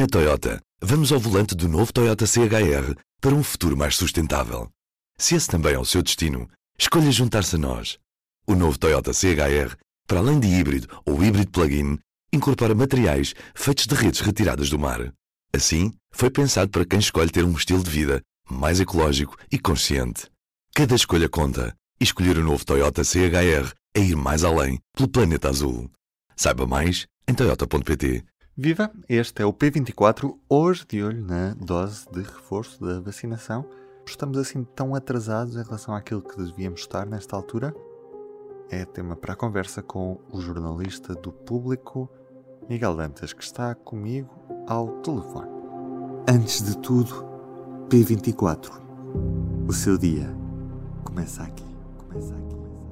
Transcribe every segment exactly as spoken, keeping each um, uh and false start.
Na Toyota, vamos ao volante do novo Toyota C H R para um futuro mais sustentável. Se esse também é o seu destino, escolha juntar-se a nós. O novo Toyota C H R, para além de híbrido ou híbrido plug-in, incorpora materiais feitos de redes retiradas do mar. Assim, foi pensado para quem escolhe ter um estilo de vida mais ecológico e consciente. Cada escolha conta, e escolher o novo Toyota C H R é ir mais além pelo planeta azul. Saiba mais em toyota ponto pt. Viva! Este é o P vinte e quatro, hoje de olho na dose de reforço da vacinação. Estamos assim tão atrasados em relação àquilo que devíamos estar nesta altura? É tema para a conversa com o jornalista do Público, Miguel Dantas, que está comigo ao telefone. Antes de tudo, P vinte e quatro. O seu dia começa aqui. Começa aqui.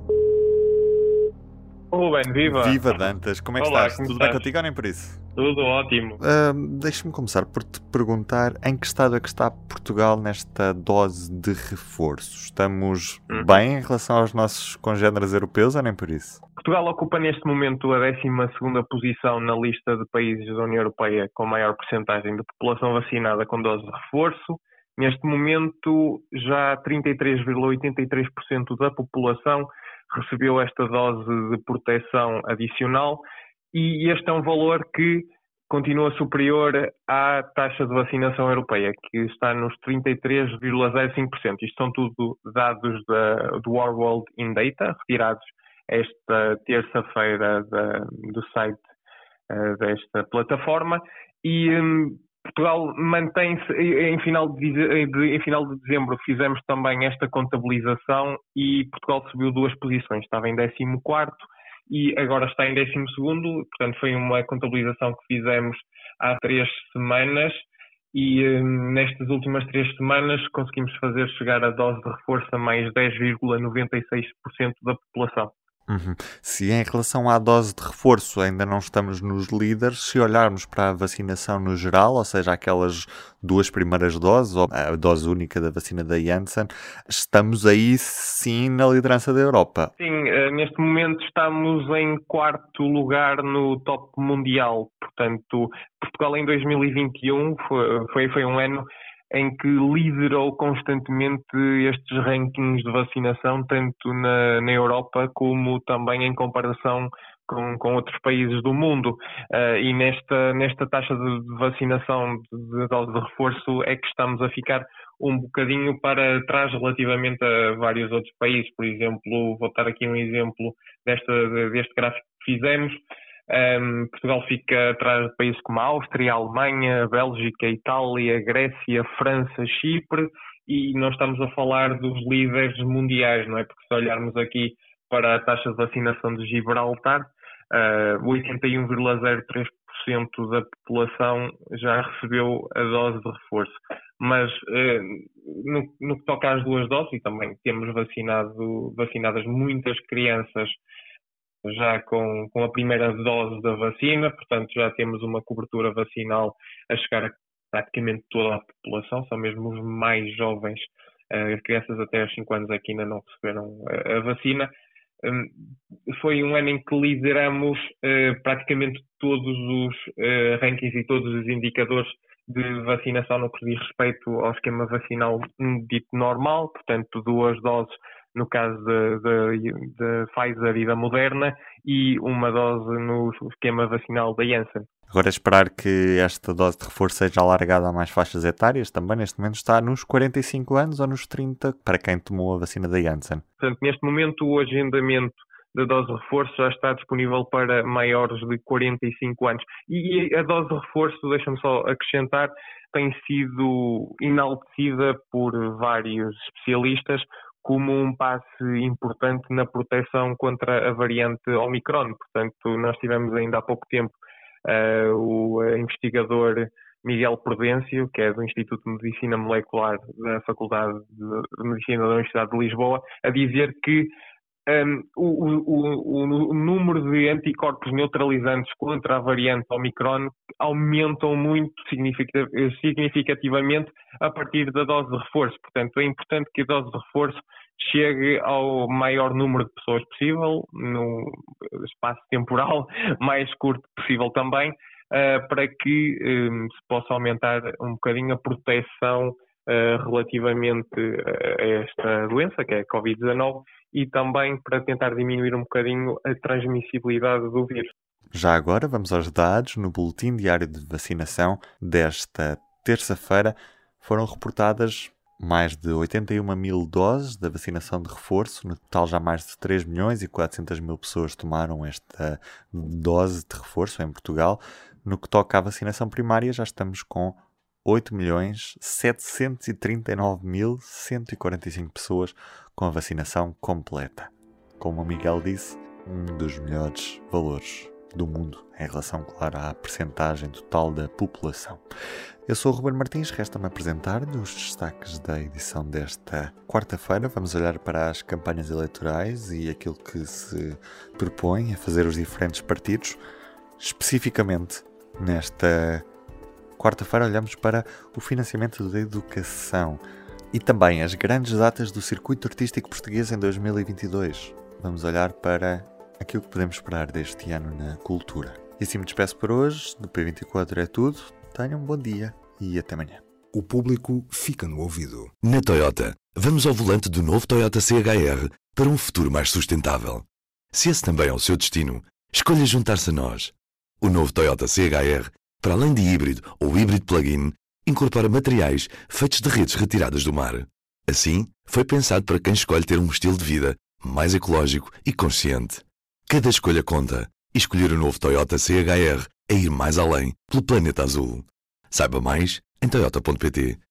Ruben, viva! Viva Dantas, como é que Olá, estás? como Tudo estás? bem contigo ou nem por isso? Tudo ótimo. Uh, Deixa-me começar por te perguntar em que estado é que está Portugal nesta dose de reforço. Estamos Uhum. bem em relação aos nossos congêneres europeus ou nem por isso? Portugal ocupa neste momento a décima segunda posição na lista de países da União Europeia com maior percentagem de população vacinada com dose de reforço. Neste momento, já trinta e três vírgula oitenta e três por cento da população recebeu esta dose de proteção adicional e este é um valor que continua superior à taxa de vacinação europeia, que está nos trinta e três vírgula zero cinco por cento. Isto são tudo dados da, do World in Data, retirados esta terça-feira da, do site uh, desta plataforma. E um, Portugal mantém-se, em final de, em final de dezembro fizemos também esta contabilização e Portugal subiu duas posições, estava em décimo quarto e agora está em décimo segundo, portanto foi uma contabilização que fizemos há três semanas e hum, nestas últimas três semanas conseguimos fazer chegar a dose de reforço a mais dez vírgula noventa e seis por cento da população. Uhum. Se em relação à dose de reforço ainda não estamos nos líderes, se olharmos para a vacinação no geral, ou seja, aquelas duas primeiras doses, ou a dose única da vacina da Janssen, estamos aí sim na liderança da Europa. Sim, neste momento estamos em quarto lugar no top mundial, portanto, Portugal em dois mil e vinte e um foi, foi, foi um ano em que liderou constantemente estes rankings de vacinação, tanto na, na Europa como também em comparação com, com outros países do mundo. Uh, e nesta, nesta taxa de, de vacinação de, de dose de reforço é que estamos a ficar um bocadinho para trás relativamente a vários outros países. Por exemplo, vou dar aqui um exemplo desta, deste gráfico que fizemos. Um, Portugal fica atrás de países como a Áustria, a Alemanha, a Bélgica, a Itália, a Grécia, a França, Chipre e não estamos a falar dos líderes mundiais, não é? Porque se olharmos aqui para a taxa de vacinação de Gibraltar, uh, oitenta e um vírgula zero três por cento da população já recebeu a dose de reforço. Mas uh, no, no que toca às duas doses, e também temos vacinado, vacinadas muitas crianças já com, com a primeira dose da vacina, portanto já temos uma cobertura vacinal a chegar a praticamente toda a população, são mesmo os mais jovens, as uh, crianças até aos cinco anos aqui ainda não receberam a, a vacina. Um, foi um ano em que lideramos uh, praticamente todos os uh, rankings e todos os indicadores de vacinação no que diz respeito ao esquema vacinal dito normal, portanto duas doses no caso da Pfizer e da Moderna, e uma dose no esquema vacinal da Janssen. Agora é esperar que esta dose de reforço seja alargada a mais faixas etárias. Também neste momento está nos quarenta e cinco anos ou nos trinta, para quem tomou a vacina da Janssen. Portanto, neste momento o agendamento da dose de reforço já está disponível para maiores de quarenta e cinco anos. E a dose de reforço, deixa-me só acrescentar, tem sido enaltecida por vários especialistas como um passo importante na proteção contra a variante Omicron. Portanto, nós tivemos ainda há pouco tempo uh, o investigador Miguel Prudêncio, que é do Instituto de Medicina Molecular da Faculdade de Medicina da Universidade de Lisboa, a dizer que um, o, o, o, o número de anticorpos neutralizantes contra a variante Omicron aumentam muito significativamente a partir da dose de reforço. Portanto, é importante que a dose de reforço chegue ao maior número de pessoas possível, no espaço temporal mais curto possível também, uh, para que um, se possa aumentar um bocadinho a proteção uh, relativamente a esta doença, que é a covid dezanove, e também para tentar diminuir um bocadinho a transmissibilidade do vírus. Já agora vamos aos dados. No Boletim Diário de Vacinação desta terça-feira foram reportadas mais de oitenta e uma mil doses da vacinação de reforço. No total, já mais de três milhões e quatrocentas mil pessoas tomaram esta dose de reforço em Portugal. No que toca à vacinação primária, já estamos com oito milhões setecentos e trinta e nove mil cento e quarenta e cinco pessoas com a vacinação completa. Como o Miguel disse, um dos melhores valores do mundo em relação, claro, à percentagem total da população. Eu sou o Ruben Martins, resta-me apresentar-lhe os destaques da edição desta quarta-feira. Vamos olhar para as campanhas eleitorais e aquilo que se propõe a fazer os diferentes partidos. Especificamente, nesta quarta-feira, olhamos para o financiamento da educação e também as grandes datas do circuito artístico português em dois mil e vinte e dois. Vamos olhar para aquilo que podemos esperar deste ano na cultura. E assim me despeço por hoje. Do P vinte e quatro é tudo. Tenham um bom dia e até amanhã. O público fica no ouvido. Na Toyota, vamos ao volante do novo Toyota C H R para um futuro mais sustentável. Se esse também é o seu destino, escolha juntar-se a nós. O novo Toyota C H R, para além de híbrido ou híbrido plug-in, incorpora materiais feitos de redes retiradas do mar. Assim, foi pensado para quem escolhe ter um estilo de vida mais ecológico e consciente. Cada escolha conta, e escolher o novo Toyota C H R é ir mais além pelo planeta azul. Saiba mais em toyota ponto pt.